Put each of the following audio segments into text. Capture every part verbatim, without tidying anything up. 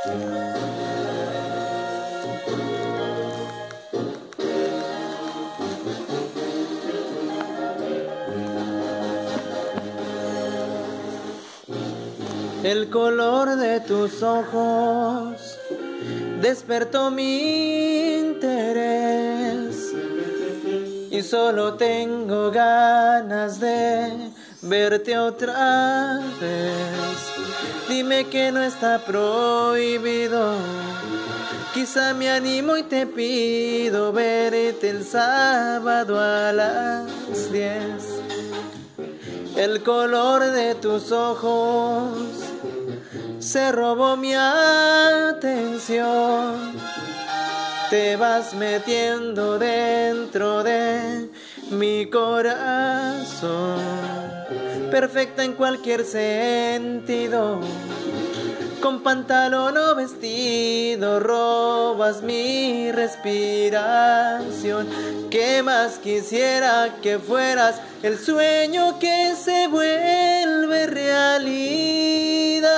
El color de tus ojos despertó mi interés y solo tengo ganas de verte otra vez. Dime que no está prohibido, quizá me animo y te pido verte el sábado a las diez. El color de tus ojos se robó mi atención. Te vas metiendo dentro de mi corazón, perfecta en cualquier sentido. Con pantalón o vestido robas mi respiración. ¿Qué más quisiera que fueras el sueño que se vuelve realidad?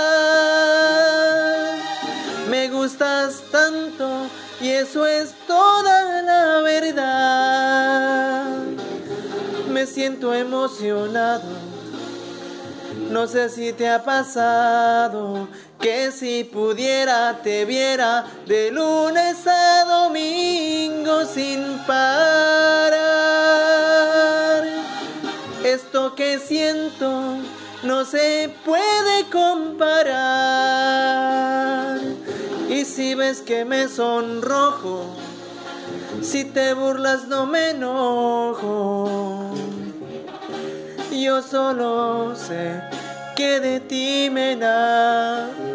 Me gustas tanto y eso es toda la verdad. Me siento emocionado, no sé si te ha pasado que si pudiera te viera de lunes a domingo sin parar. Esto que siento no se puede comparar. Y si ves que me sonrojo, si te burlas no me enojo. Yo solo sé que de ti me enamoré.